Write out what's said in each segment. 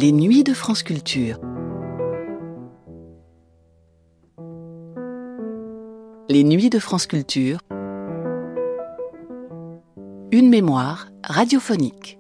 Les Nuits de France Culture. Les Nuits de France Culture. Une mémoire radiophonique.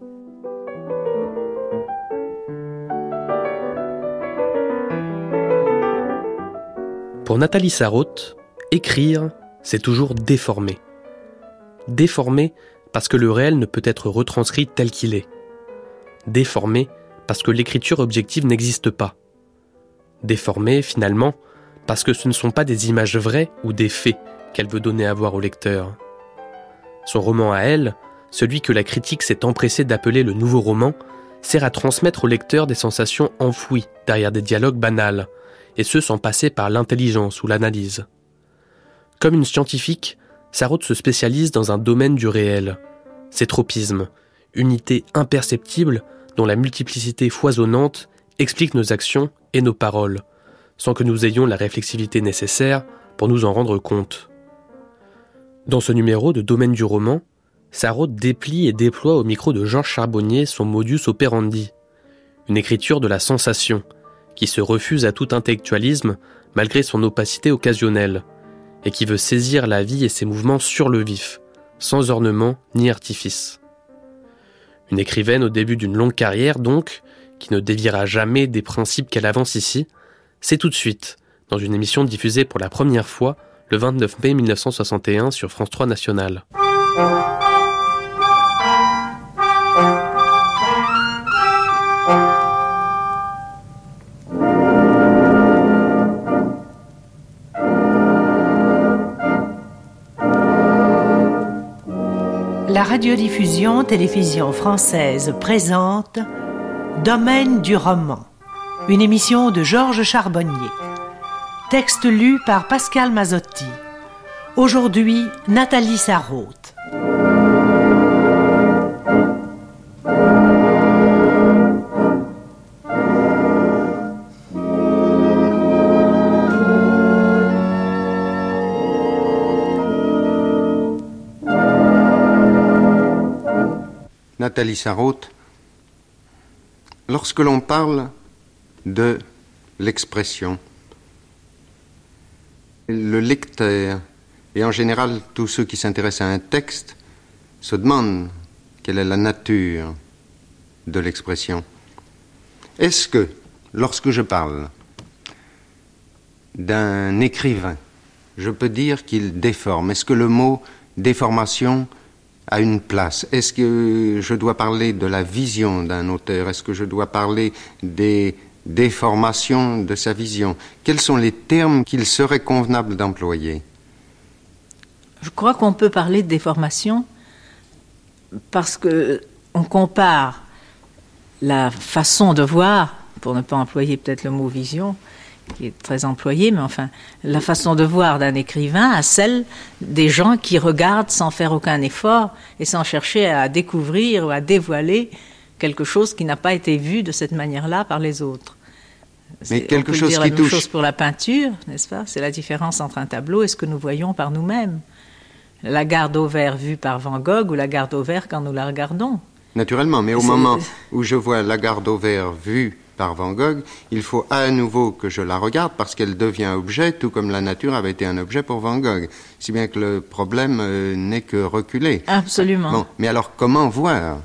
Pour Nathalie Sarraute, écrire, c'est toujours déformer. Déformer parce que le réel ne peut être retranscrit tel qu'il est. Déformer parce que l'écriture objective n'existe pas. Déformer, finalement, parce que ce ne sont pas des images vraies ou des faits qu'elle veut donner à voir au lecteur. Son roman à elle, celui que la critique s'est empressée d'appeler le nouveau roman, sert à transmettre au lecteur des sensations enfouies derrière des dialogues banals, et ce sans passer par l'intelligence ou l'analyse. Comme une scientifique, Sarraute se spécialise dans un domaine du réel, ses tropismes, unité imperceptible dont la multiplicité foisonnante explique nos actions et nos paroles, sans que nous ayons la réflexivité nécessaire pour nous en rendre compte. Dans ce numéro de Domaine du roman, Sarraute déplie et déploie au micro de Georges Charbonnier son modus operandi, une écriture de la sensation, qui se refuse à tout intellectualisme malgré son opacité occasionnelle, et qui veut saisir la vie et ses mouvements sur le vif, sans ornement ni artifice. Une écrivaine au début d'une longue carrière donc, qui ne déviera jamais des principes qu'elle avance ici, c'est tout de suite, dans une émission diffusée pour la première fois le 29 mai 1961 sur France 3 National. La radiodiffusion-télévision française présente Domaine du roman, une émission de Georges Charbonnier. Texte lu par Pascal Mazzotti. Aujourd'hui, Nathalie Sarraute. Nathalie Sarraute, lorsque l'on parle de l'expression, le lecteur, et en général tous ceux qui s'intéressent à un texte, se demandent quelle est la nature de l'expression. Est-ce que, lorsque je parle d'un écrivain, je peux dire qu'il déforme? Est-ce que le mot déformation a une place? Est-ce que je dois parler de la vision d'un auteur? Est-ce que je dois parler des déformations de sa vision? Quels sont les termes qu'il serait convenable d'employer? Je crois qu'on peut parler de déformation parce qu'on compare la façon de voir, pour ne pas employer peut-être le mot vision, qui est très employé, mais enfin, la façon de voir d'un écrivain à celle des gens qui regardent sans faire aucun effort et sans chercher à découvrir ou à dévoiler quelque chose qui n'a pas été vu de cette manière-là par les autres. Mais quelque chose dire qui la touche. même chose pour la peinture, n'est-ce pas? C'est la différence entre un tableau et ce que nous voyons par nous-mêmes. La garde au vert vue par Van Gogh ou la garde au vert quand nous la regardons. Naturellement, mais au moment où je vois la garde au vert vue par Van Gogh, il faut à nouveau que je la regarde parce qu'elle devient objet, tout comme la nature avait été un objet pour Van Gogh. Si bien que le problème n'est que reculé. Absolument. Bon, mais alors comment voir?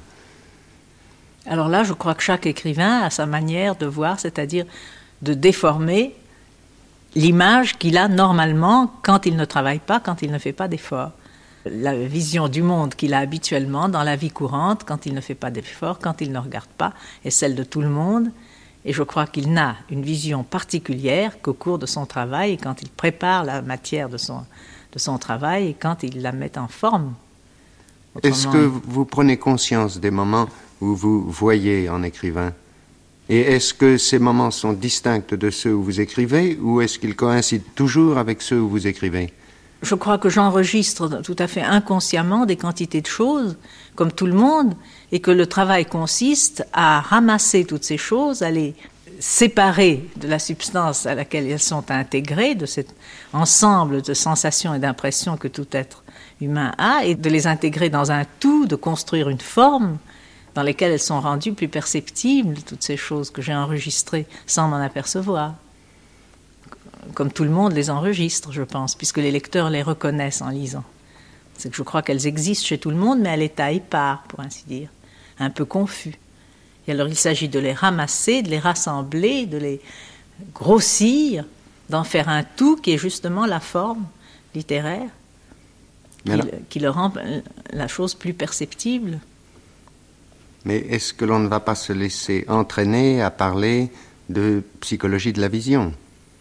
Alors là, je crois que chaque écrivain a sa manière de voir, c'est-à-dire de déformer l'image qu'il a normalement quand il ne travaille pas, quand il ne fait pas d'efforts. La vision du monde qu'il a habituellement dans la vie courante, quand il ne fait pas d'efforts, quand il ne regarde pas, est celle de tout le monde. Et je crois qu'il n'a une vision particulière qu'au cours de son travail, et quand il prépare la matière de son travail, et quand il la met en forme. Autrement, est-ce que vous prenez conscience des moments où vous voyez en écrivain? Et est-ce que ces moments sont distincts de ceux où vous écrivez, ou est-ce qu'ils coïncident toujours avec ceux où vous écrivez? Je crois que j'enregistre tout à fait inconsciemment des quantités de choses, comme tout le monde, et que le travail consiste à ramasser toutes ces choses, à les séparer de la substance à laquelle elles sont intégrées, de cet ensemble de sensations et d'impressions que tout être humain a, et de les intégrer dans un tout, de construire une forme dans lesquelles elles sont rendues plus perceptibles, toutes ces choses que j'ai enregistrées sans m'en apercevoir. Comme tout le monde les enregistre, je pense, puisque les lecteurs les reconnaissent en lisant. C'est que je crois qu'elles existent chez tout le monde, mais à l'état épars, pour ainsi dire, un peu confus. Et alors il s'agit de les ramasser, de les rassembler, de les grossir, d'en faire un tout qui est justement la forme littéraire, qui le rend la chose plus perceptible. Mais est-ce que l'on ne va pas se laisser entraîner à parler de psychologie de la vision ?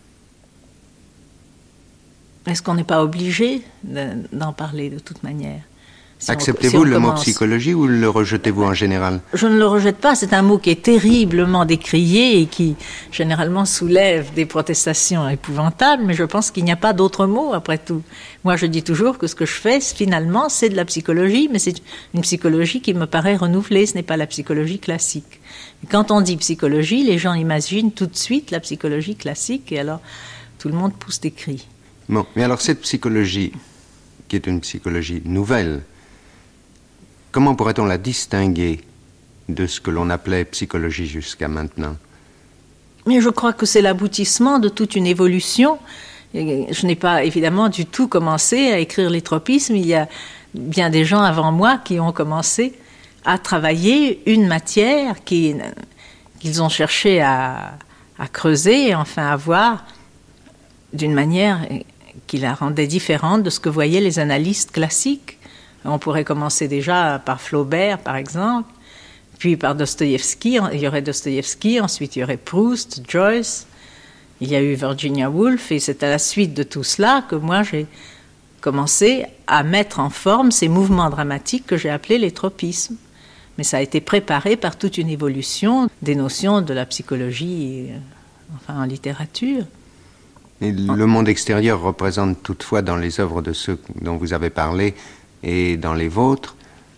Est-ce qu'on n'est pas obligé d'en parler de toute manière ? Acceptez-vous le mot psychologie ou le rejetez-vous en général ? Je ne le rejette pas, c'est un mot qui est terriblement décrié et qui généralement soulève des protestations épouvantables, mais je pense qu'il n'y a pas d'autre mot après tout. Moi je dis toujours que ce que je fais finalement c'est de la psychologie, mais c'est une psychologie qui me paraît renouvelée, ce n'est pas la psychologie classique. Et quand on dit psychologie, les gens imaginent tout de suite la psychologie classique et alors tout le monde pousse des cris. Bon, mais alors cette psychologie, qui est une psychologie nouvelle, comment pourrait-on la distinguer de ce que l'on appelait psychologie jusqu'à maintenant ? Mais je crois que c'est l'aboutissement de toute une évolution. Je n'ai pas évidemment du tout commencé à écrire les tropismes. Il y a bien des gens avant moi qui ont commencé à travailler une matière qu'ils ont cherché à creuser et enfin à voir d'une manière qui la rendait différente de ce que voyaient les analystes classiques. On pourrait commencer déjà par Flaubert, par exemple, puis par Dostoïevski. Il y aurait Dostoïevski, ensuite il y aurait Proust, Joyce, il y a eu Virginia Woolf, et c'est à la suite de tout cela que moi j'ai commencé à mettre en forme ces mouvements dramatiques que j'ai appelés les tropismes. Mais ça a été préparé par toute une évolution des notions de la psychologie, en littérature. Et le monde extérieur représente toutefois dans les œuvres de ceux dont vous avez parlé et dans les vôtres,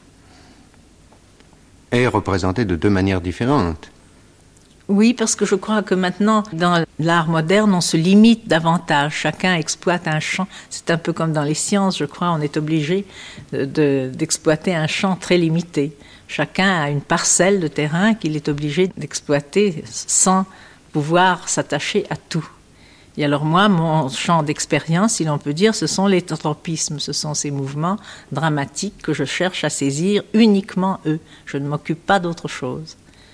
est représenté de deux manières différentes. Oui, parce que je crois que maintenant, dans l'art moderne, on se limite davantage. Chacun exploite un champ. C'est un peu comme dans les sciences, je crois, on est obligé d'exploiter un champ très limité. Chacun a une parcelle de terrain qu'il est obligé d'exploiter sans pouvoir s'attacher à tout. Et alors moi, mon champ d'expérience, si l'on peut dire, ce sont les tropismes, ce sont ces mouvements dramatiques que je cherche à saisir uniquement eux. Je ne m'occupe pas d'autre chose.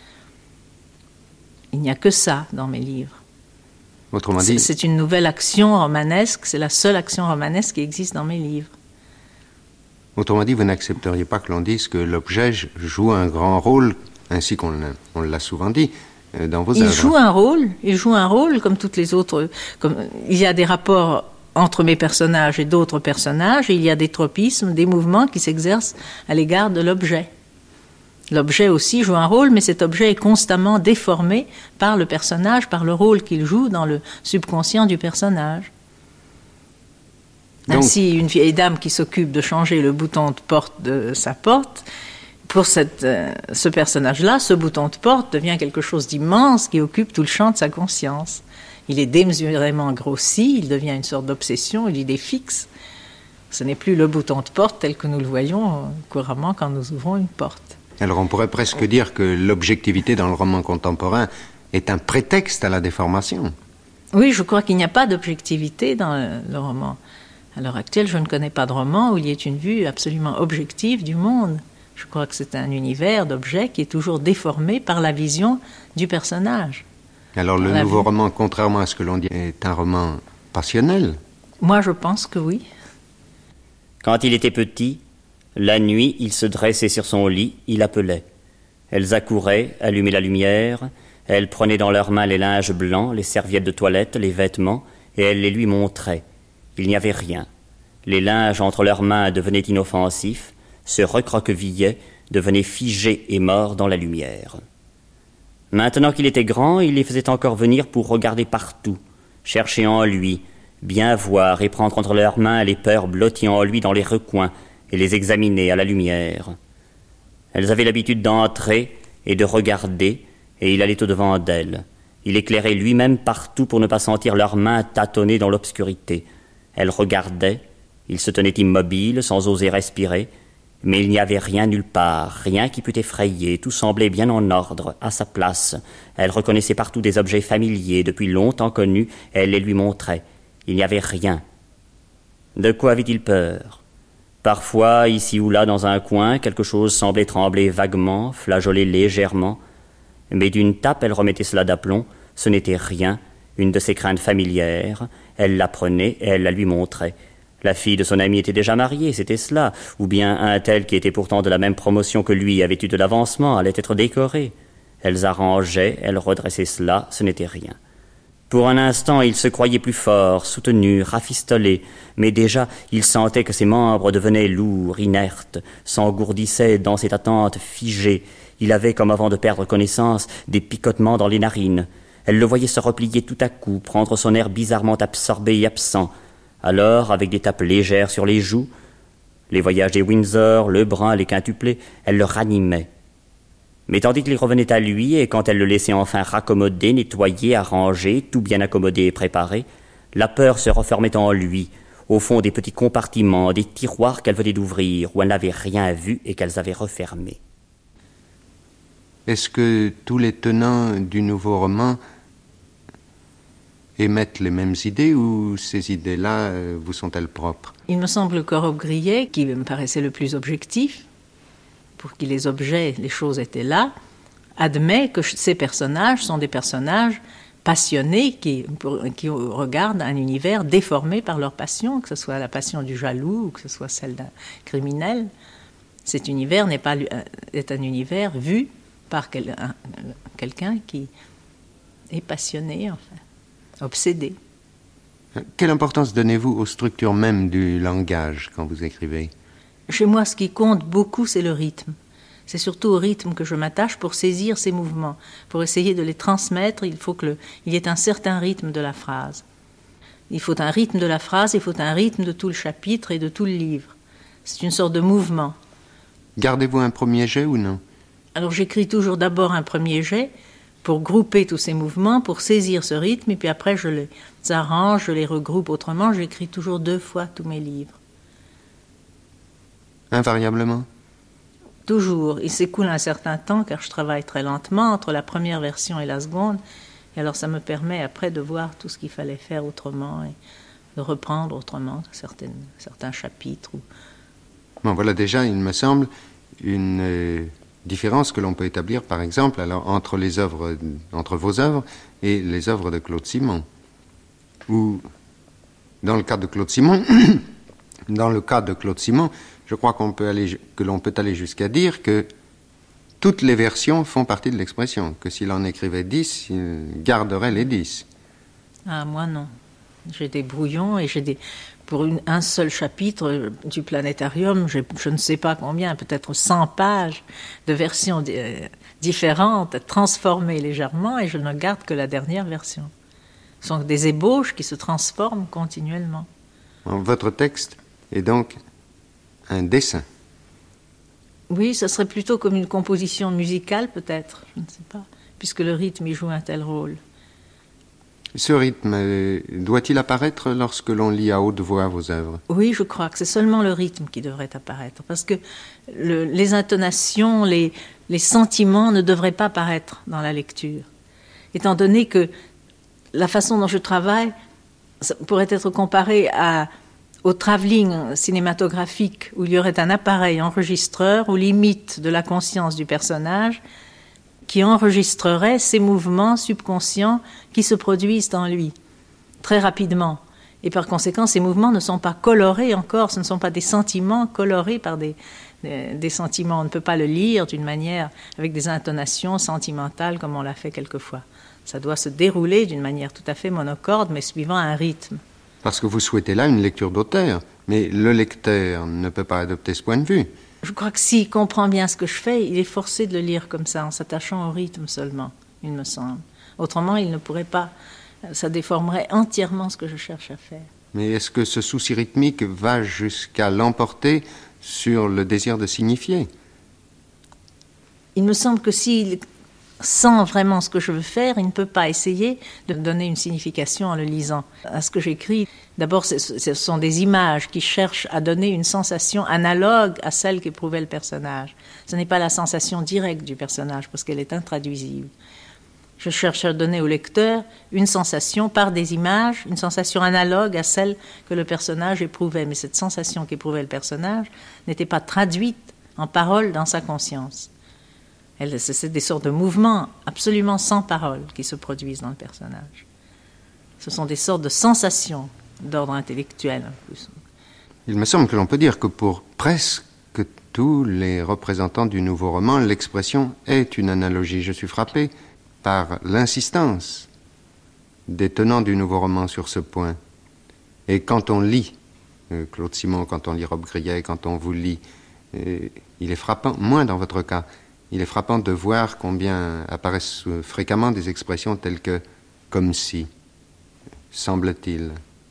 Il n'y a que ça dans mes livres. Autrement dit, c'est une nouvelle action romanesque, c'est la seule action romanesque qui existe dans mes livres. Autrement dit, vous n'accepteriez pas que l'on dise que l'objet joue un grand rôle, ainsi qu'on l'a souvent dit, dans vos œuvres. Il joue un rôle comme toutes les autres. Il y a des rapports entre mes personnages et d'autres personnages, et il y a des tropismes, des mouvements qui s'exercent à l'égard de l'objet. L'objet aussi joue un rôle, mais cet objet est constamment déformé par le personnage, par le rôle qu'il joue dans le subconscient du personnage. Donc, ainsi, une vieille dame qui s'occupe de changer le bouton de porte de sa porte, pour ce personnage-là, ce bouton de porte devient quelque chose d'immense qui occupe tout le champ de sa conscience. Il est démesurément grossi, il devient une sorte d'obsession, une idée fixe. Ce n'est plus le bouton de porte tel que nous le voyons couramment quand nous ouvrons une porte. Alors on pourrait presque dire que l'objectivité dans le roman contemporain est un prétexte à la déformation. Oui, je crois qu'il n'y a pas d'objectivité dans le roman. À l'heure actuelle, je ne connais pas de roman où il y ait une vue absolument objective du monde. Je crois que c'est un univers d'objets qui est toujours déformé par la vision du personnage. Alors le nouveau roman, contrairement à ce que l'on dit, est un roman passionnel. Moi, je pense que oui. Quand il était petit, la nuit, il se dressait sur son lit, il appelait. Elles accouraient, allumaient la lumière, elles prenaient dans leurs mains les linges blancs, les serviettes de toilette, les vêtements, et elles les lui montraient. Il n'y avait rien. Les linges entre leurs mains devenaient inoffensifs, se recroquevillaient, devenaient figés et morts dans la lumière. Maintenant qu'il était grand, il les faisait encore venir pour regarder partout, chercher en lui, bien voir et prendre entre leurs mains les peurs blotties en lui dans les recoins et les examiner à la lumière. Elles avaient l'habitude d'entrer et de regarder, et il allait au-devant d'elles. Il éclairait lui-même partout pour ne pas sentir leurs mains tâtonner dans l'obscurité. Elles regardaient, il se tenait immobile, sans oser respirer, Mais il n'y avait rien nulle part, rien qui pût effrayer, tout semblait bien en ordre, à sa place. Elle reconnaissait partout des objets familiers, depuis longtemps connus, et elle les lui montrait. Il n'y avait rien. De quoi avait-il peur? Parfois, ici ou là, dans un coin, quelque chose semblait trembler vaguement, flageoler légèrement. Mais d'une tape, elle remettait cela d'aplomb. Ce n'était rien, une de ses craintes familières. Elle la prenait et elle la lui montrait. La fille de son ami était déjà mariée, c'était cela. Ou bien un tel qui était pourtant de la même promotion que lui avait eu de l'avancement, allait être décoré. Elles arrangeaient, elles redressaient cela, ce n'était rien. Pour un instant, il se croyait plus fort, soutenu, rafistolé, mais déjà, il sentait que ses membres devenaient lourds, inertes, s'engourdissaient dans cette attente figée. Il avait, comme avant de perdre connaissance, des picotements dans les narines. Elle le voyait se replier tout à coup, prendre son air bizarrement absorbé et absent. Alors, avec des tapes légères sur les joues, les voyages des Windsor, le brun, les quintuplés, elle le ranimait. Mais tandis qu'il revenait à lui, et quand elle le laissait enfin raccommoder, nettoyer, arranger, tout bien accommodé et préparé, la peur se refermait en lui, au fond des petits compartiments, des tiroirs qu'elle venait d'ouvrir, où elle n'avait rien vu et qu'elles avaient refermés. Est-ce que tous les tenants du nouveau roman émettent les mêmes idées ou ces idées-là vous sont-elles propres? Il me semble que Robbe-Grillet, qui me paraissait le plus objectif, pour qui les objets, les choses étaient là, admet que ces personnages sont des personnages passionnés qui regardent un univers déformé par leur passion, que ce soit la passion du jaloux ou que ce soit celle d'un criminel. Cet univers est un univers vu par quelqu'un qui est passionné, enfin, obsédé. Quelle importance donnez-vous aux structures mêmes du langage quand vous écrivez? Chez moi, ce qui compte beaucoup, c'est le rythme. C'est surtout au rythme que je m'attache pour saisir ces mouvements. Pour essayer de les transmettre, il faut qu'il y ait un certain rythme de la phrase. Il faut un rythme de la phrase, il faut un rythme de tout le chapitre et de tout le livre. C'est une sorte de mouvement. Gardez-vous un premier jet ou non? Alors j'écris toujours d'abord un premier jet pour grouper tous ces mouvements, pour saisir ce rythme, et puis après je les arrange, je les regroupe autrement. J'écris toujours 2 fois tous mes livres. Invariablement? Toujours. Il s'écoule un certain temps, car je travaille très lentement entre la première version et la seconde. Et alors ça me permet après de voir tout ce qu'il fallait faire autrement et de reprendre autrement certains chapitres. Bon, voilà déjà, il me semble, une différence que l'on peut établir, par exemple, alors, entre vos œuvres et les œuvres de Claude Simon. Ou, dans le cas de Claude Simon, je crois que l'on peut aller jusqu'à dire que toutes les versions font partie de l'expression, que s'il en écrivait 10, il garderait les 10. Ah, moi non. J'ai des brouillons et pour un seul chapitre du Planétarium, je ne sais pas combien, peut-être 100 pages de versions différentes, transformées légèrement, et je ne garde que la dernière version. Ce sont des ébauches qui se transforment continuellement. Votre texte est donc un dessin. Oui, ce serait plutôt comme une composition musicale, peut-être, je ne sais pas, puisque le rythme y joue un tel rôle. Ce rythme, doit-il apparaître lorsque l'on lit à haute voix vos œuvres? Oui, je crois que c'est seulement le rythme qui devrait apparaître, parce que les intonations, les sentiments ne devraient pas apparaître dans la lecture, étant donné que la façon dont je travaille ça pourrait être comparée au travelling cinématographique, où il y aurait un appareil enregistreur ou limite de la conscience du personnage qui enregistrerait ces mouvements subconscients qui se produisent en lui très rapidement. Et par conséquent, ces mouvements ne sont pas colorés encore, ce ne sont pas des sentiments colorés par des sentiments. On ne peut pas le lire d'une manière avec des intonations sentimentales comme on l'a fait quelquefois. Ça doit se dérouler d'une manière tout à fait monocorde, mais suivant un rythme. Parce que vous souhaitez là une lecture d'auteur, mais le lecteur ne peut pas adopter ce point de vue. Je crois que s'il comprend bien ce que je fais, il est forcé de le lire comme ça, en s'attachant au rythme seulement, il me semble. Autrement, il ne pourrait pas, ça déformerait entièrement ce que je cherche à faire. Mais est-ce que ce souci rythmique va jusqu'à l'emporter sur le désir de signifier? Il me semble que s'il sent vraiment ce que je veux faire, il ne peut pas essayer de donner une signification en le lisant. À ce que j'écris, d'abord, ce sont des images qui cherchent à donner une sensation analogue à celle qu'éprouvait le personnage. Ce n'est pas la sensation directe du personnage, parce qu'elle est intraduisible. Je cherche à donner au lecteur une sensation par des images, une sensation analogue à celle que le personnage éprouvait. Mais cette sensation qu'éprouvait le personnage n'était pas traduite en paroles dans sa conscience. C'est des sortes de mouvements absolument sans parole qui se produisent dans le personnage. Ce sont des sortes de sensations d'ordre intellectuel en plus. Il me semble que l'on peut dire que pour presque tous les représentants du nouveau roman, l'expression est une analogie. Je suis frappé par l'insistance des tenants du nouveau roman sur ce point. Et quand on lit Claude Simon, quand on lit Rob Grillet, quand on vous lit, il est frappant, moins dans votre cas, il est frappant de voir combien apparaissent fréquemment des expressions telles que « comme si », « semble-t-il ».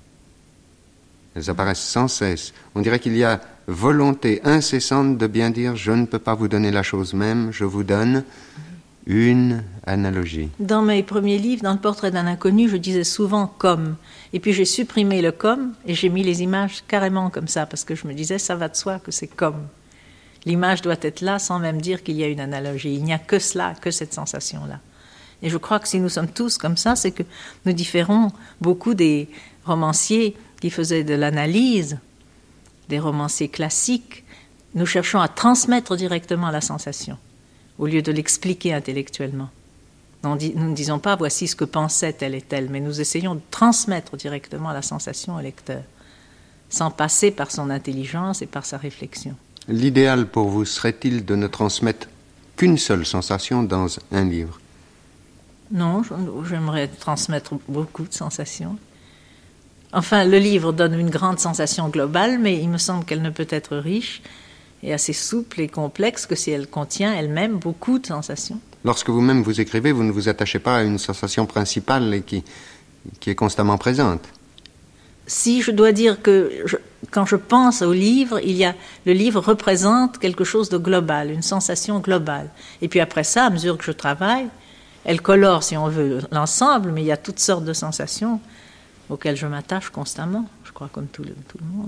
Elles apparaissent sans cesse. On dirait qu'il y a volonté incessante de bien dire « je ne peux pas vous donner la chose même, je vous donne une analogie ». Dans mes premiers livres, dans le portrait d'un inconnu, je disais souvent « comme ». Et puis j'ai supprimé le « comme » et j'ai mis les images carrément comme ça, parce que je me disais « ça va de soi que c'est comme ». L'image doit être là sans même dire qu'il y a une analogie. Il n'y a que cela, que cette sensation-là. Et je crois que si nous sommes tous comme ça, c'est que nous différons beaucoup des romanciers qui faisaient de l'analyse, des romanciers classiques. Nous cherchons à transmettre directement la sensation, au lieu de l'expliquer intellectuellement. Nous ne disons pas « voici ce que pensait tel et tel », mais nous essayons de transmettre directement la sensation au lecteur, sans passer par son intelligence et par sa réflexion. L'idéal pour vous serait-il de ne transmettre qu'une seule sensation dans un livre ? Non, j'aimerais transmettre beaucoup de sensations. Enfin, le livre donne une grande sensation globale, mais il me semble qu'elle ne peut être riche et assez souple et complexe que si elle contient elle-même beaucoup de sensations. Lorsque vous-même vous écrivez, vous ne vous attachez pas à une sensation principale et qui est constamment présente. Si je dois dire que quand je pense au livre, le livre représente quelque chose de global, une sensation globale. Et puis après ça, à mesure que je travaille, elle colore, si on veut, l'ensemble, mais il y a toutes sortes de sensations auxquelles je m'attache constamment, je crois, comme tout le monde.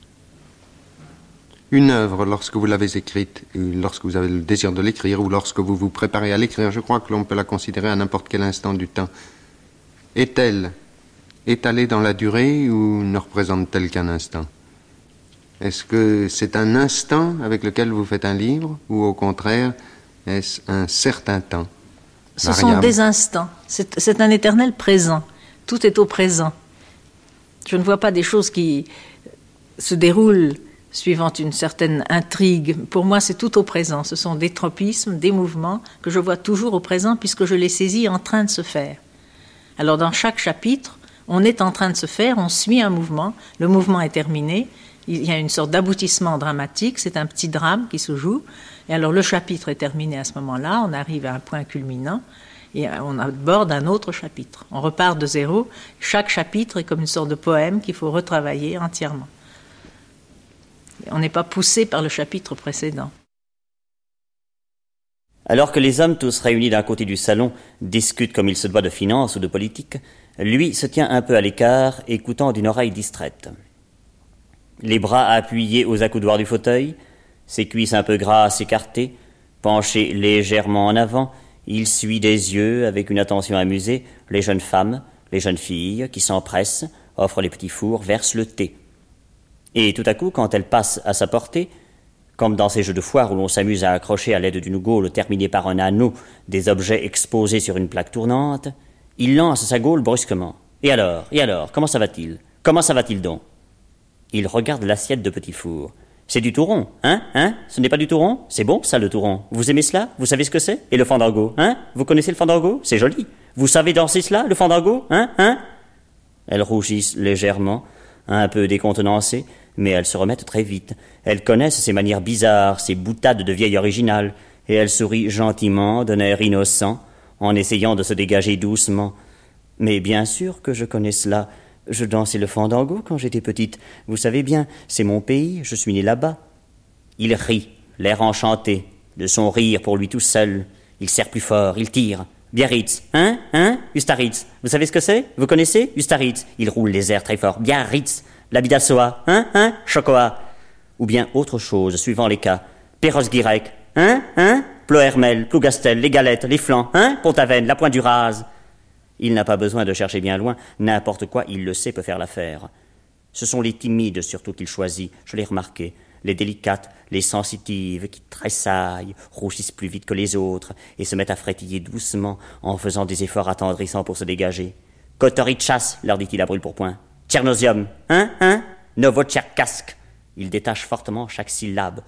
Une œuvre, lorsque vous l'avez écrite, lorsque vous avez le désir de l'écrire, ou lorsque vous vous préparez à l'écrire, je crois que l'on peut la considérer à n'importe quel instant du temps. Est-elle étalée dans la durée ou ne représente-t-elle qu'un instant ? Est-ce que c'est un instant avec lequel vous faites un livre, ou au contraire, est-ce un certain temps ? Ce sont des instants. C'est un éternel présent. Tout est au présent. Je ne vois pas des choses qui se déroulent suivant une certaine intrigue. Pour moi, c'est tout au présent. Ce sont des tropismes, des mouvements que je vois toujours au présent puisque je les saisis en train de se faire. Alors, dans chaque chapitre, on est en train de se faire, on suit un mouvement, le mouvement est terminé, il y a une sorte d'aboutissement dramatique, c'est un petit drame qui se joue, et alors le chapitre est terminé à ce moment-là, on arrive à un point culminant, et on aborde un autre chapitre. On repart de zéro, chaque chapitre est comme une sorte de poème qu'il faut retravailler entièrement. On n'est pas poussé par le chapitre précédent. Alors que les hommes, tous réunis d'un côté du salon, discutent comme il se doit de finance ou de politique, lui se tient un peu à l'écart, écoutant d'une oreille distraite. Les bras appuyés aux accoudoirs du fauteuil, ses cuisses un peu grasses écartées, penché légèrement en avant, il suit des yeux, avec une attention amusée, les jeunes femmes, les jeunes filles, qui s'empressent, offrent les petits fours, versent le thé. Et tout à coup, quand elles passent à sa portée, comme dans ces jeux de foire où l'on s'amuse à accrocher à l'aide d'une gaule terminée par un anneau des objets exposés sur une plaque tournante, il lance sa gaule brusquement. Et alors, comment ça va-t-il ? Comment ça va-t-il donc ? Il regarde l'assiette de petit four. C'est du touron, hein ? Ce n'est pas du touron ? C'est bon, ça, le touron. Vous aimez cela ? Vous savez ce que c'est ? Et le fandango, hein ? Vous connaissez le fandango ? C'est joli. Vous savez danser cela, le fandango ? Hein ? Elles rougissent légèrement, un peu décontenancées, mais elles se remettent très vite. Elles connaissent ces manières bizarres, ces boutades de vieille originale, et elles sourient gentiment, d'un air innocent, en essayant de se dégager doucement. Mais bien sûr que je connais cela. Je dansais le fandango quand j'étais petite. Vous savez bien, c'est mon pays, je suis né là-bas. Il rit, l'air enchanté, de son rire pour lui tout seul. Il serre plus fort, il tire. Biarritz, hein, Ustaritz. Vous savez ce que c'est? Vous connaissez? Ustaritz. Il roule les airs très fort. Biarritz. La Bidassoa, hein, Chocoa. Ou bien autre chose, suivant les cas. Perros-Guirec, hein, Plohermel, Plougastel, les Galettes, les Flancs, Pont-Aven, la Pointe du Raz. Il n'a pas besoin de chercher bien loin, n'importe quoi, il le sait, peut faire l'affaire. Ce sont les timides surtout qu'il choisit, je l'ai remarqué. Les délicates, les sensitives qui tressaillent, rougissent plus vite que les autres et se mettent à frétiller doucement en faisant des efforts attendrissants pour se dégager. Kotoritsas, leur dit-il à brûle-pourpoint. Tchernosium, hein, Novotcherkask. Il détache fortement chaque syllabe.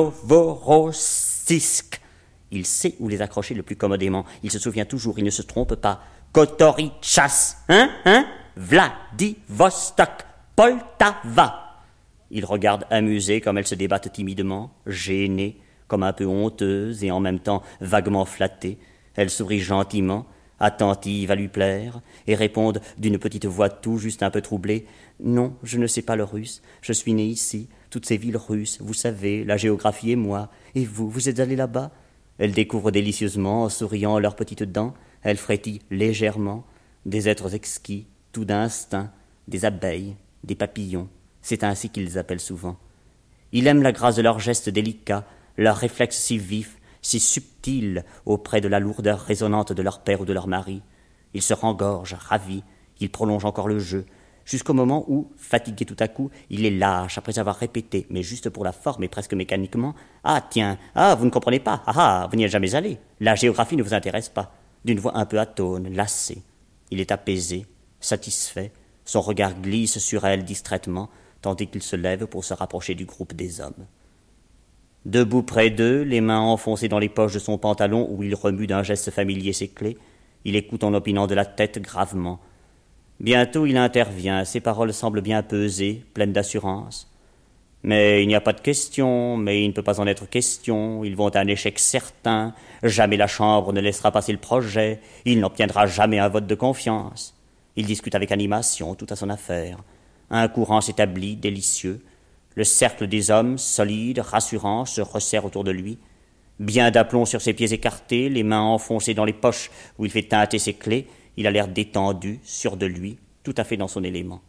Novorossiysk. Il sait où les accrocher le plus commodément. Il se souvient toujours, il ne se trompe pas. Kotoritsas, hein, Vladivostok, Poltava. Il regarde amusé comme elles se débattent timidement, gênées, comme un peu honteuses et en même temps vaguement flattées. Elle sourit gentiment, attentive à lui plaire, et répondent d'une petite voix tout juste un peu troublée. « Non, je ne sais pas le russe, je suis né ici, toutes ces villes russes, vous savez, la géographie et moi. Et vous, vous êtes allé là-bas ?» Elle découvre délicieusement, en souriant leurs petites dents. Elle frétille légèrement, des êtres exquis, tout d'instinct, des abeilles, des papillons. C'est ainsi qu'ils les appellent souvent. Il aime la grâce de leurs gestes délicats, leurs réflexes si vifs, si subtils auprès de la lourdeur résonnante de leur père ou de leur mari. Il se rengorge, ravi, il prolonge encore le jeu, jusqu'au moment où, fatigué tout à coup, il les lâche après avoir répété, mais juste pour la forme et presque mécaniquement. « Ah, tiens, vous ne comprenez pas, vous n'y êtes jamais allé, la géographie ne vous intéresse pas. » D'une voix un peu atone, lassée. Il est apaisé, satisfait, son regard glisse sur elle distraitement, tandis qu'il se lève pour se rapprocher du groupe des hommes. Debout près d'eux, les mains enfoncées dans les poches de son pantalon où il remue d'un geste familier ses clés, il écoute en opinant de la tête gravement. Bientôt il intervient, ses paroles semblent bien pesées, pleines d'assurance. Mais il n'y a pas de question, mais il ne peut pas en être question, ils vont à un échec certain, jamais la Chambre ne laissera passer le projet, il n'obtiendra jamais un vote de confiance. Il discute avec animation, tout à son affaire. Un courant s'établit, délicieux. Le cercle des hommes, solide, rassurant, se resserre autour de lui. Bien d'aplomb sur ses pieds écartés, les mains enfoncées dans les poches où il fait teinter ses clés, il a l'air détendu, sûr de lui, tout à fait dans son élément.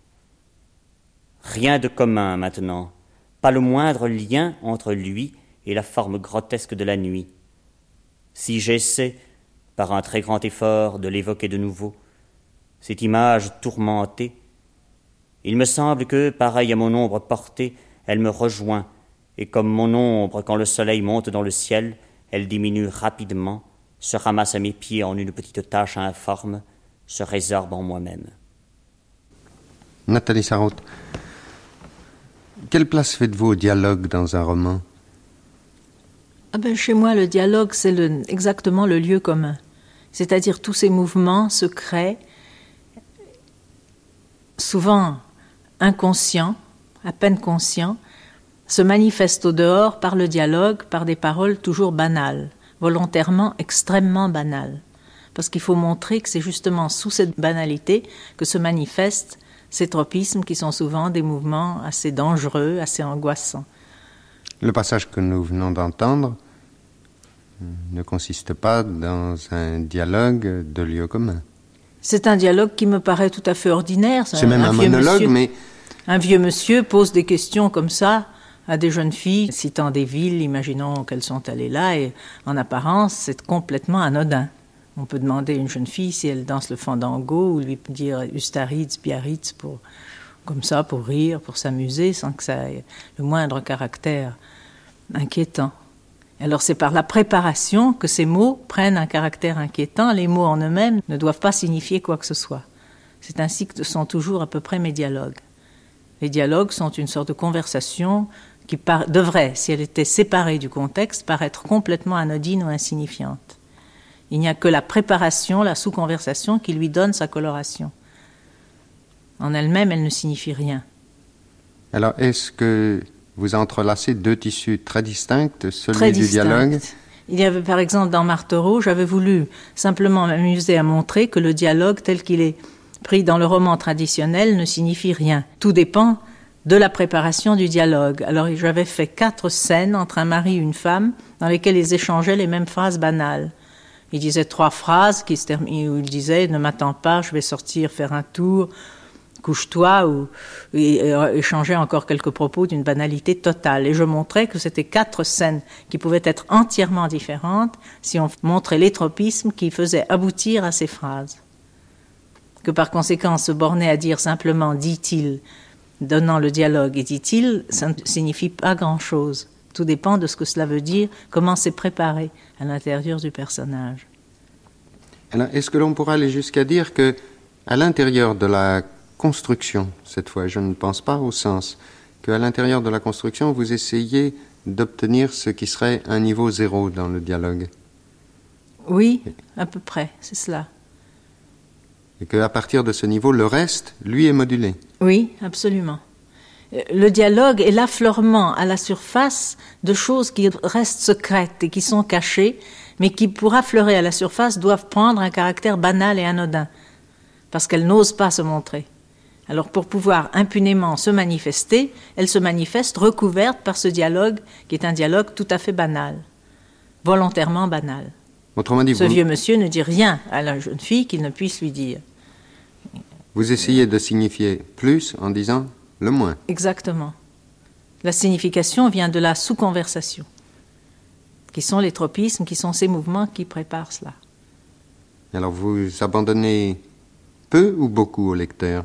Rien de commun maintenant, pas le moindre lien entre lui et la forme grotesque de la nuit. Si j'essaie, par un très grand effort, de l'évoquer de nouveau, cette image tourmentée, il me semble que, pareil à mon ombre portée, elle me rejoint, et comme mon ombre, quand le soleil monte dans le ciel, elle diminue rapidement, se ramasse à mes pieds en une petite tache informe, se résorbe en moi-même. Nathalie Sarraute, quelle place faites-vous au dialogue dans un roman? Chez moi, le dialogue, c'est exactement le lieu commun. C'est-à-dire tous ces mouvements secrets, souvent inconscients, à peine conscients, se manifestent au dehors par le dialogue, par des paroles toujours banales, volontairement extrêmement banales. Parce qu'il faut montrer que c'est justement sous cette banalité que se manifestent ces tropismes qui sont souvent des mouvements assez dangereux, assez angoissants. Le passage que nous venons d'entendre ne consiste pas dans un dialogue de lieu commun. C'est un dialogue qui me paraît tout à fait ordinaire. C'est même un monologue, mais... Un vieux monsieur pose des questions comme ça à des jeunes filles, citant des villes, imaginons qu'elles sont allées là, et en apparence, c'est complètement anodin. On peut demander à une jeune fille si elle danse le fandango, ou lui dire Ustaritz, Biarritz, comme ça, pour rire, pour s'amuser, sans que ça ait le moindre caractère inquiétant. Alors c'est par la préparation que ces mots prennent un caractère inquiétant. Les mots en eux-mêmes ne doivent pas signifier quoi que ce soit. C'est ainsi que sont toujours à peu près mes dialogues. Les dialogues sont une sorte de conversation qui devrait, si elle était séparée du contexte, paraître complètement anodine ou insignifiante. Il n'y a que la préparation, la sous-conversation qui lui donne sa coloration. En elle-même, elle ne signifie rien. Alors, est-ce que vous entrelacez deux tissus très distincts, celui du dialogue? Il y avait, par exemple, dans Marthereau, j'avais voulu simplement m'amuser à montrer que le dialogue tel qu'il est pris dans le roman traditionnel ne signifie rien. Tout dépend de la préparation du dialogue. Alors, j'avais fait 4 scènes entre un mari et une femme dans lesquelles ils échangeaient les mêmes phrases banales. Il disait 3 phrases où il disait « Ne m'attends pas, je vais sortir faire un tour, couche-toi » et échanger encore quelques propos d'une banalité totale. Et je montrais que c'était 4 scènes qui pouvaient être entièrement différentes si on montrait les tropismes qui faisaient aboutir à ces phrases. Que par conséquent, se borner à dire simplement « dit-il », donnant le dialogue et « dit-il », ça ne signifie pas grand-chose. Tout dépend de ce que cela veut dire, comment c'est préparé à l'intérieur du personnage. Alors, est-ce que l'on pourra aller jusqu'à dire que, à l'intérieur de la construction, cette fois, je ne pense pas au sens, qu'à l'intérieur de la construction, vous essayez d'obtenir ce qui serait un niveau 0 dans le dialogue? Oui, à peu près, c'est cela. Et qu'à partir de ce niveau, le reste, lui, est modulé? Oui, absolument. Le dialogue est l'affleurement à la surface de choses qui restent secrètes et qui sont cachées, mais qui, pour affleurer à la surface, doivent prendre un caractère banal et anodin, parce qu'elles n'osent pas se montrer. Alors, pour pouvoir impunément se manifester, elles se manifestent recouvertes par ce dialogue, qui est un dialogue tout à fait banal, volontairement banal. Autrement dit, ce vieux monsieur ne dit rien à la jeune fille qu'il ne puisse lui dire. Vous essayez de signifier plus en disant le moins. Exactement. La signification vient de la sous-conversation, qui sont les tropismes, qui sont ces mouvements qui préparent cela. Alors vous abandonnez peu ou beaucoup au lecteur?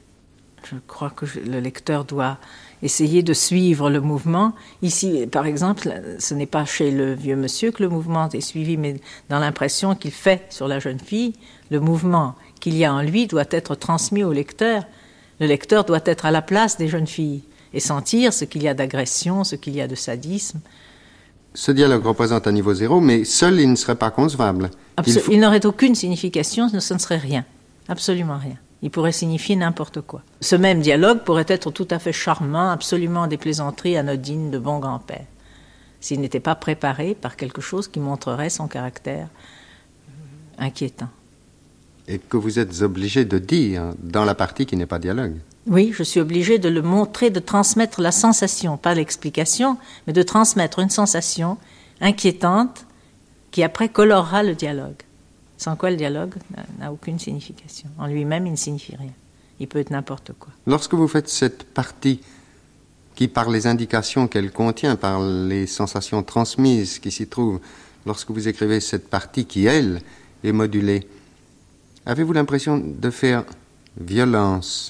Je crois que le lecteur doit essayer de suivre le mouvement. Ici, par exemple, ce n'est pas chez le vieux monsieur que le mouvement est suivi, mais dans l'impression qu'il fait sur la jeune fille, le mouvement qu'il y a en lui doit être transmis au lecteur. Le lecteur doit être à la place des jeunes filles et sentir ce qu'il y a d'agression, ce qu'il y a de sadisme. Ce dialogue représente un niveau 0, mais seul il ne serait pas concevable. Il n'aurait aucune signification, ce ne serait rien, absolument rien. Il pourrait signifier n'importe quoi. Ce même dialogue pourrait être tout à fait charmant, absolument des plaisanteries anodines de bon grand-père, s'il n'était pas préparé par quelque chose qui montrerait son caractère inquiétant. Et que vous êtes obligé de dire dans la partie qui n'est pas dialogue. Oui, je suis obligé de le montrer, de transmettre la sensation, pas l'explication, mais de transmettre une sensation inquiétante qui après colorera le dialogue. Sans quoi le dialogue n'a aucune signification. En lui-même, il ne signifie rien. Il peut être n'importe quoi. Lorsque vous faites cette partie qui, par les indications qu'elle contient, par les sensations transmises qui s'y trouvent, lorsque vous écrivez cette partie qui, elle, est modulée, avez-vous l'impression de faire violence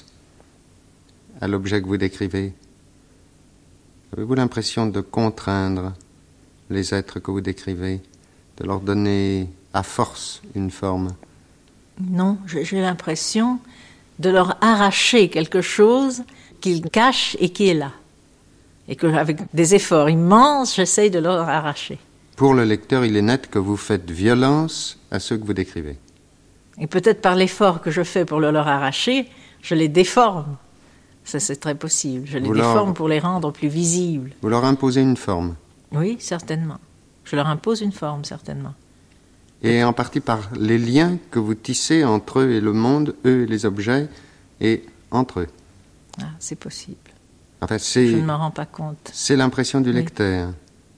à l'objet que vous décrivez? Avez-vous l'impression de contraindre les êtres que vous décrivez, de leur donner à force une forme? Non, j'ai l'impression de leur arracher quelque chose qu'ils cachent et qui est là. Et qu'avec des efforts immenses, j'essaye de leur arracher. Pour le lecteur, il est net que vous faites violence à ceux que vous décrivez. Et peut-être par l'effort que je fais pour le leur arracher, je les déforme. Ça, c'est très possible. Je les déforme pour les rendre plus visibles. Vous leur imposez une forme? Oui, certainement. Je leur impose une forme, certainement. Et en partie par les liens que vous tissez entre eux et le monde, eux et les objets, et entre eux. Ah, c'est possible. Enfin, je ne m'en rends pas compte. C'est l'impression du lecteur.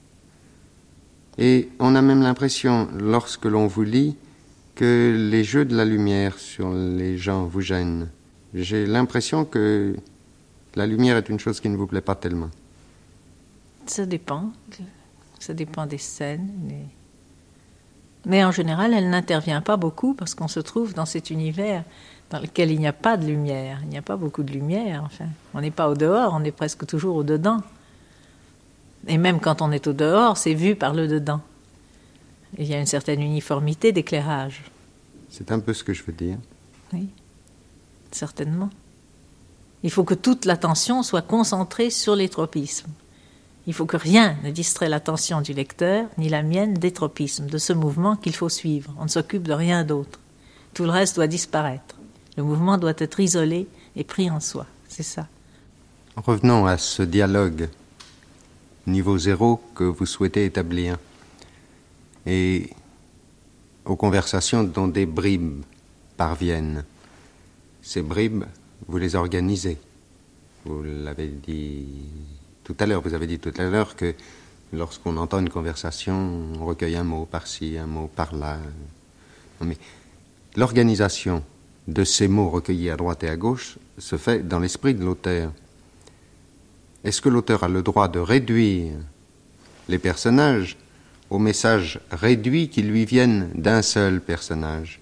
Et on a même l'impression, lorsque l'on vous lit, que les jeux de la lumière sur les gens vous gênent. J'ai l'impression que la lumière est une chose qui ne vous plaît pas tellement. Ça dépend. Ça dépend des scènes. Mais en général, elle n'intervient pas beaucoup parce qu'on se trouve dans cet univers dans lequel il n'y a pas de lumière. Il n'y a pas beaucoup de lumière, enfin. On n'est pas au dehors, on est presque toujours au dedans. Et même quand on est au dehors, c'est vu par le dedans. Il y a une certaine uniformité d'éclairage. C'est un peu ce que je veux dire. Oui, certainement. Il faut que toute l'attention soit concentrée sur les tropismes. Il faut que rien ne distrait l'attention du lecteur, ni la mienne, des tropismes, de ce mouvement qu'il faut suivre. On ne s'occupe de rien d'autre. Tout le reste doit disparaître. Le mouvement doit être isolé et pris en soi. C'est ça. Revenons à ce dialogue niveau 0 que vous souhaitez établir et aux conversations dont des bribes parviennent. Ces bribes, vous les organisez. Vous l'avez dit tout à l'heure, vous avez dit tout à l'heure que Lorsqu'on entend une conversation, on recueille un mot par-ci, un mot par-là. Mais l'organisation de ces mots recueillis à droite et à gauche se fait dans l'esprit de l'auteur. Est-ce que l'auteur a le droit de réduire les personnages aux messages réduits qui lui viennent d'un seul personnage?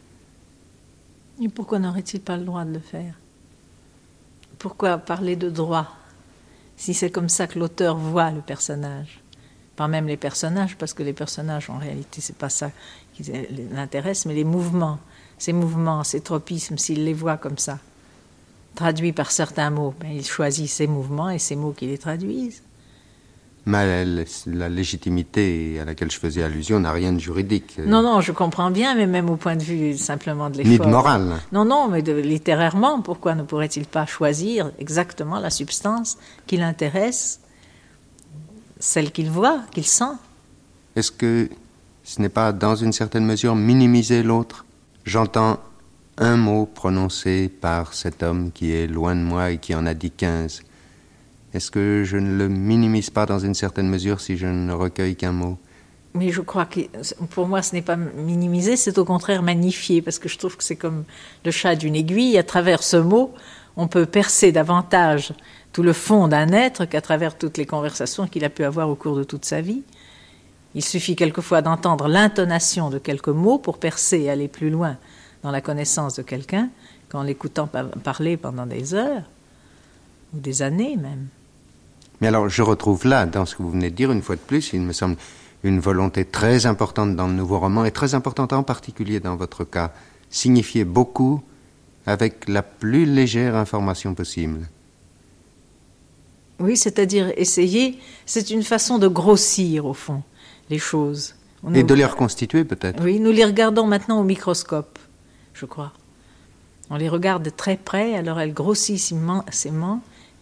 Et pourquoi n'aurait-il pas le droit de le faire? Pourquoi parler de droit, si c'est comme ça que l'auteur voit le personnage? Pas même les personnages, parce que les personnages, en réalité, c'est pas ça qui l'intéresse, mais les mouvements. Ces mouvements, ces tropismes, s'il les voit comme ça, traduits par certains mots, ben, il choisit ces mouvements et ces mots qui les traduisent. Mais la légitimité à laquelle je faisais allusion n'a rien de juridique. Non, je comprends bien, mais même au point de vue simplement de l'effort. Ni de morale. Non, mais littérairement, pourquoi ne pourrait-il pas choisir exactement la substance qui l'intéresse, celle qu'il voit, qu'il sent? Est-ce que ce n'est pas, dans une certaine mesure, minimiser l'autre? J'entends un mot prononcé par cet homme qui est loin de moi et qui en a dit 15. Est-ce que je ne le minimise pas dans une certaine mesure si je ne recueille qu'un mot? Mais je crois que pour moi, ce n'est pas minimiser, c'est au contraire magnifier, parce que je trouve que c'est comme le chat d'une aiguille. À travers ce mot, on peut percer davantage tout le fond d'un être qu'à travers toutes les conversations qu'il a pu avoir au cours de toute sa vie. Il suffit quelquefois d'entendre l'intonation de quelques mots pour percer et aller plus loin dans la connaissance de quelqu'un qu'en l'écoutant parler pendant des heures ou des années même. Mais alors, je retrouve là, dans ce que vous venez de dire, une fois de plus, il me semble, une volonté très importante dans le nouveau roman, et très importante en particulier dans votre cas, signifier beaucoup avec la plus légère information possible. Oui, c'est-à-dire essayer, c'est une façon de grossir, au fond, les choses. Et de les reconstituer, peut-être. Oui, nous les regardons maintenant au microscope, je crois. On les regarde de très près, alors elles grossissent immensément.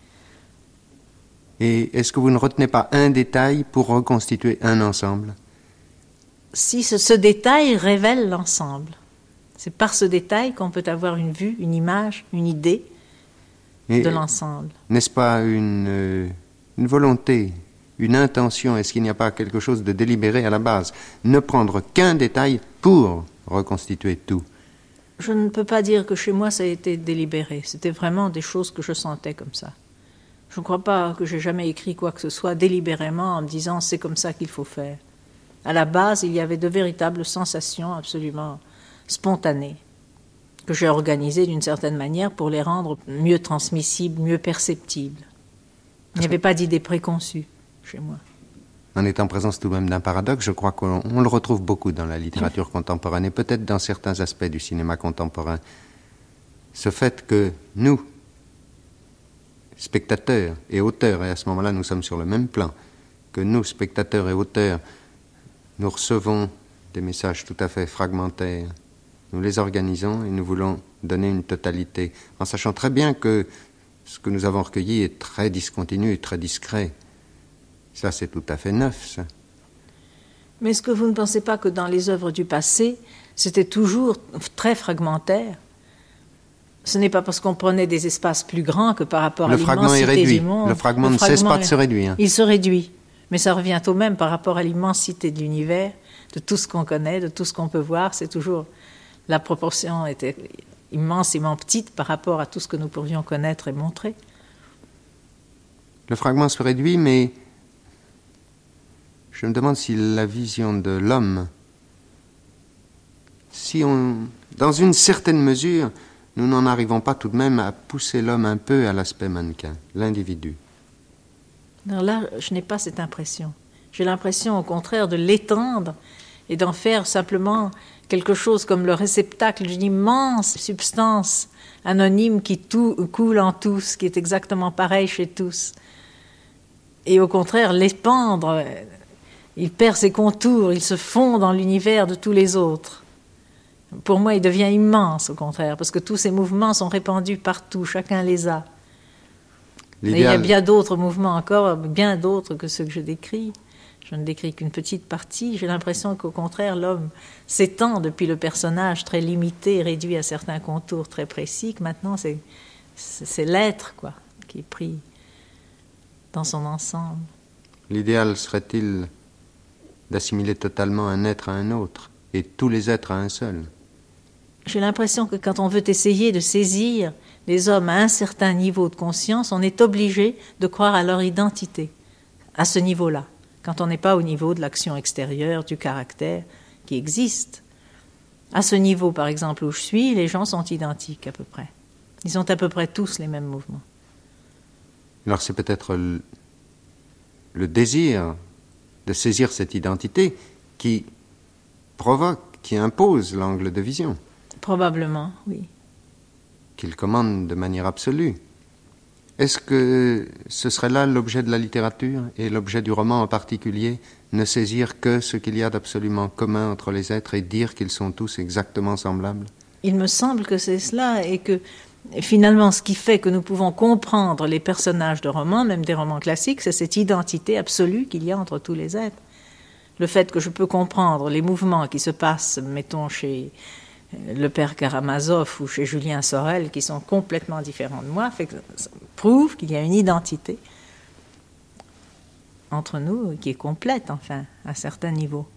Et est-ce que vous ne retenez pas un détail pour reconstituer un ensemble? Si ce détail révèle l'ensemble. C'est par ce détail qu'on peut avoir une vue, une image, une idée de l'ensemble. N'est-ce pas une volonté, une intention? Est-ce qu'il n'y a pas quelque chose de délibéré à la base? Ne prendre qu'un détail pour reconstituer tout. Je ne peux pas dire que chez moi ça a été délibéré. C'était vraiment des choses que je sentais comme ça. Je ne crois pas que j'ai jamais écrit quoi que ce soit délibérément en me disant c'est comme ça qu'il faut faire. À la base, il y avait de véritables sensations absolument spontanées que j'ai organisées d'une certaine manière pour les rendre mieux transmissibles, mieux perceptibles. Il n'y avait pas d'idée préconçue chez moi. En étant en présence tout de même d'un paradoxe, je crois qu'on le retrouve beaucoup dans la littérature contemporaine et peut-être dans certains aspects du cinéma contemporain. Ce fait que nous, spectateurs et auteurs, et à ce moment-là nous sommes sur le même plan, que nous, spectateurs et auteurs, nous recevons des messages tout à fait fragmentaires, nous les organisons et nous voulons donner une totalité, en sachant très bien que ce que nous avons recueilli est très discontinu et très discret. Ça, c'est tout à fait neuf, ça. Mais est-ce que vous ne pensez pas que dans les œuvres du passé, c'était toujours très fragmentaire? Ce n'est pas parce qu'on prenait des espaces plus grands que par rapport à l'immensité du monde. Le fragment ne cesse pas de se réduire. Il se réduit, mais ça revient au même par rapport à l'immensité de l'univers, de tout ce qu'on connaît, de tout ce qu'on peut voir. C'est toujours... La proportion était immensément petite par rapport à tout ce que nous pourrions connaître et montrer. Le fragment se réduit, mais je me demande si la vision de l'homme, dans une certaine mesure, nous n'en arrivons pas tout de même à pousser l'homme un peu à l'aspect mannequin, l'individu. Alors là, je n'ai pas cette impression. J'ai l'impression, au contraire, de l'étendre et d'en faire simplement quelque chose comme le réceptacle d'une immense substance anonyme qui coule en tous, qui est exactement pareil chez tous. Et au contraire, l'épandre, il perd ses contours, il se fond dans l'univers de tous les autres. Pour moi, il devient immense, au contraire, parce que tous ces mouvements sont répandus partout, chacun les a. Et il y a bien d'autres mouvements encore, bien d'autres que ceux que je décris. Je ne décris qu'une petite partie. J'ai l'impression qu'au contraire, l'homme s'étend depuis le personnage très limité, réduit à certains contours très précis, que maintenant c'est l'être, quoi, qui est pris dans son ensemble. L'idéal serait-il d'assimiler totalement un être à un autre, et tous les êtres à un seul? J'ai l'impression que quand on veut essayer de saisir les hommes à un certain niveau de conscience, on est obligé de croire à leur identité, à ce niveau-là, quand on n'est pas au niveau de l'action extérieure, du caractère qui existe. À ce niveau, par exemple, où je suis, les gens sont identiques à peu près. Ils ont à peu près tous les mêmes mouvements. Alors c'est peut-être le désir de saisir cette identité qui provoque, qui impose l'angle de vision. Probablement, oui. Qu'il commande de manière absolue. Est-ce que ce serait là l'objet de la littérature et l'objet du roman en particulier, ne saisir que ce qu'il y a d'absolument commun entre les êtres et dire qu'ils sont tous exactement semblables? Il me semble que c'est cela et que finalement ce qui fait que nous pouvons comprendre les personnages de romans, même des romans classiques, c'est cette identité absolue qu'il y a entre tous les êtres. Le fait que je peux comprendre les mouvements qui se passent, mettons, chez le père Karamazov ou chez Julien Sorel, qui sont complètement différents de moi, ça prouve qu'il y a une identité entre nous qui est complète, enfin, à certains niveaux.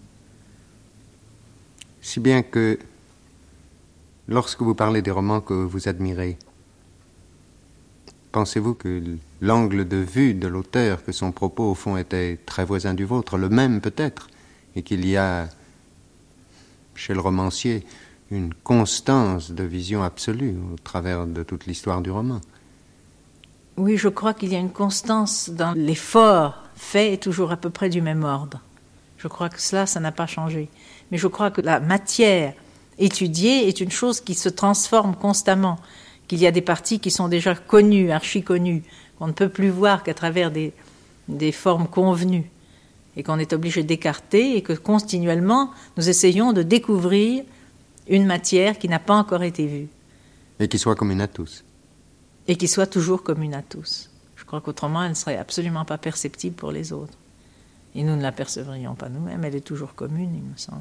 Si bien que, lorsque vous parlez des romans que vous admirez, pensez-vous que l'angle de vue de l'auteur, que son propos au fond était très voisin du vôtre, le même peut-être, et qu'il y a chez le romancier une constance de vision absolue au travers de toute l'histoire du roman? Oui, je crois qu'il y a une constance dans l'effort fait est toujours à peu près du même ordre. Je crois que ça n'a pas changé. Mais je crois que la matière étudiée est une chose qui se transforme constamment, qu'il y a des parties qui sont déjà connues, archi-connues, qu'on ne peut plus voir qu'à travers des formes convenues, et qu'on est obligé d'écarter, et que continuellement nous essayons de découvrir une matière qui n'a pas encore été vue. Et qui soit commune à tous. Et qui soit toujours commune à tous. Je crois qu'autrement, elle ne serait absolument pas perceptible pour les autres. Et nous ne la percevrions pas nous-mêmes, elle est toujours commune, il me semble.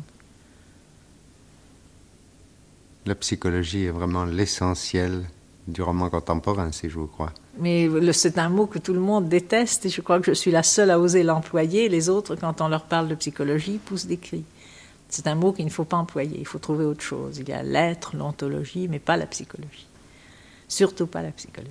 La psychologie est vraiment l'essentiel du roman contemporain, si je vous crois. Mais c'est un mot que tout le monde déteste, et je crois que je suis la seule à oser l'employer. Les autres, quand on leur parle de psychologie, poussent des cris. C'est un mot qu'il ne faut pas employer, il faut trouver autre chose. Il y a l'être, l'ontologie, mais pas la psychologie. Surtout pas la psychologie.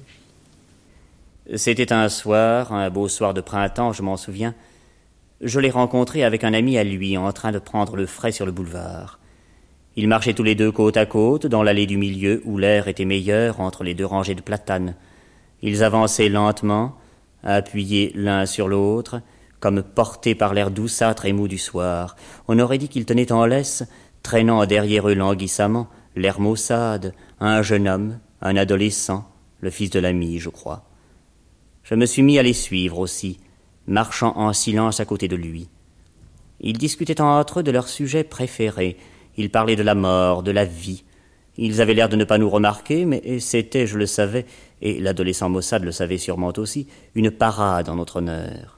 C'était un soir, un beau soir de printemps, je m'en souviens. Je l'ai rencontré avec un ami à lui, en train de prendre le frais sur le boulevard. Ils marchaient tous les deux côte à côte, dans l'allée du milieu, où l'air était meilleur, entre les deux rangées de platanes. Ils avançaient lentement, appuyés l'un sur l'autre, comme portés par l'air douceâtre et mou du soir. On aurait dit qu'ils tenaient en laisse, traînant derrière eux languissamment, l'air maussade, un jeune homme, un adolescent, le fils de l'ami, je crois. Je me suis mis à les suivre aussi, marchant en silence à côté de lui. Ils discutaient entre eux de leurs sujets préférés. Ils parlaient de la mort, de la vie. Ils avaient l'air de ne pas nous remarquer, mais c'était, je le savais, et l'adolescent maussade le savait sûrement aussi, une parade en notre honneur.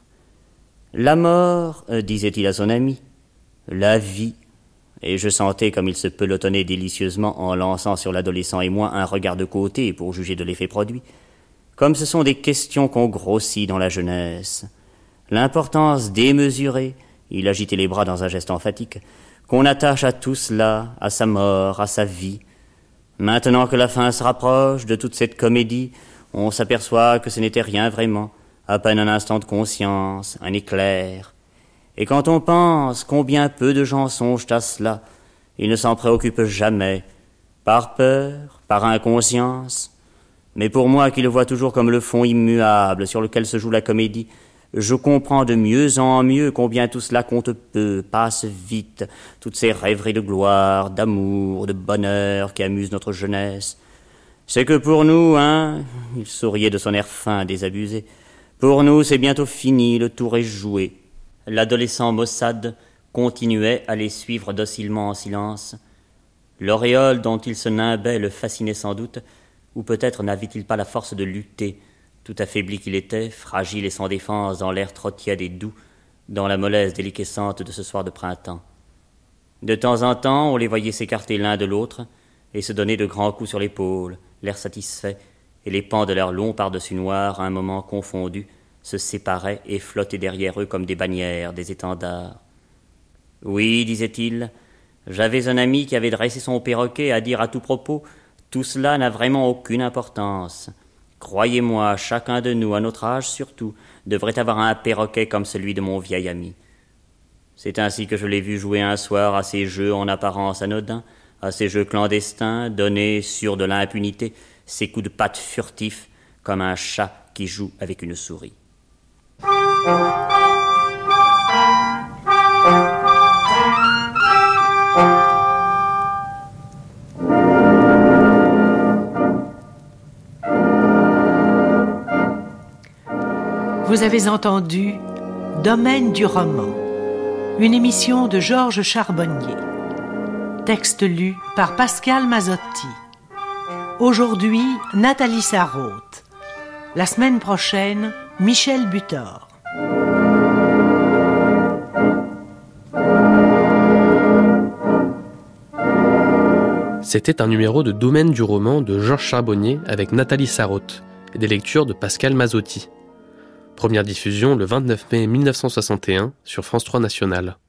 La mort, disait-il à son ami, la vie, et je sentais comme il se pelotonnait délicieusement en lançant sur l'adolescent et moi un regard de côté pour juger de l'effet produit. Comme ce sont des questions qu'on grossit dans la jeunesse. L'importance démesurée, il agitait les bras dans un geste emphatique, qu'on attache à tout cela, à sa mort, à sa vie. Maintenant que la fin se rapproche de toute cette comédie, on s'aperçoit que ce n'était rien vraiment, à peine un instant de conscience, un éclair. Et quand on pense combien peu de gens songent à cela, ils ne s'en préoccupent jamais, par peur, par inconscience. Mais pour moi qui le vois toujours comme le fond immuable sur lequel se joue la comédie, je comprends de mieux en mieux combien tout cela compte peu, passe vite, toutes ces rêveries de gloire, d'amour, de bonheur qui amusent notre jeunesse. C'est que pour nous, il souriait de son air fin, désabusé, pour nous c'est bientôt fini, le tour est joué. L'adolescent maussade continuait à les suivre docilement en silence. L'auréole dont il se nimbait le fascinait sans doute, ou peut-être n'avait-il pas la force de lutter, tout affaibli qu'il était, fragile et sans défense dans l'air trop tiède et doux, dans la mollesse déliquescente de ce soir de printemps. De temps en temps, on les voyait s'écarter l'un de l'autre et se donner de grands coups sur l'épaule, l'air satisfait, et les pans de leurs longs pardessus noirs, un moment confondus, se séparaient et flottaient derrière eux comme des bannières, des étendards. « Oui, disait-il, j'avais un ami qui avait dressé son perroquet à dire à tout propos « Tout cela n'a vraiment aucune importance. Croyez-moi, chacun de nous, à notre âge surtout, devrait avoir un perroquet comme celui de mon vieil ami. » C'est ainsi que je l'ai vu jouer un soir à ces jeux en apparence anodins, à ces jeux clandestins, donner, sûr de l'impunité, ses coups de patte furtifs, comme un chat qui joue avec une souris. Vous avez entendu Domaine du roman, une émission de Georges Charbonnier. Texte lu par Pascal Mazzotti. Aujourd'hui, Nathalie Sarraute. La semaine prochaine, Michel Butor. C'était un numéro de Domaine du roman de Georges Charbonnier avec Nathalie Sarraute et des lectures de Pascal Mazzotti. Première diffusion le 29 mai 1961 sur France 3 National.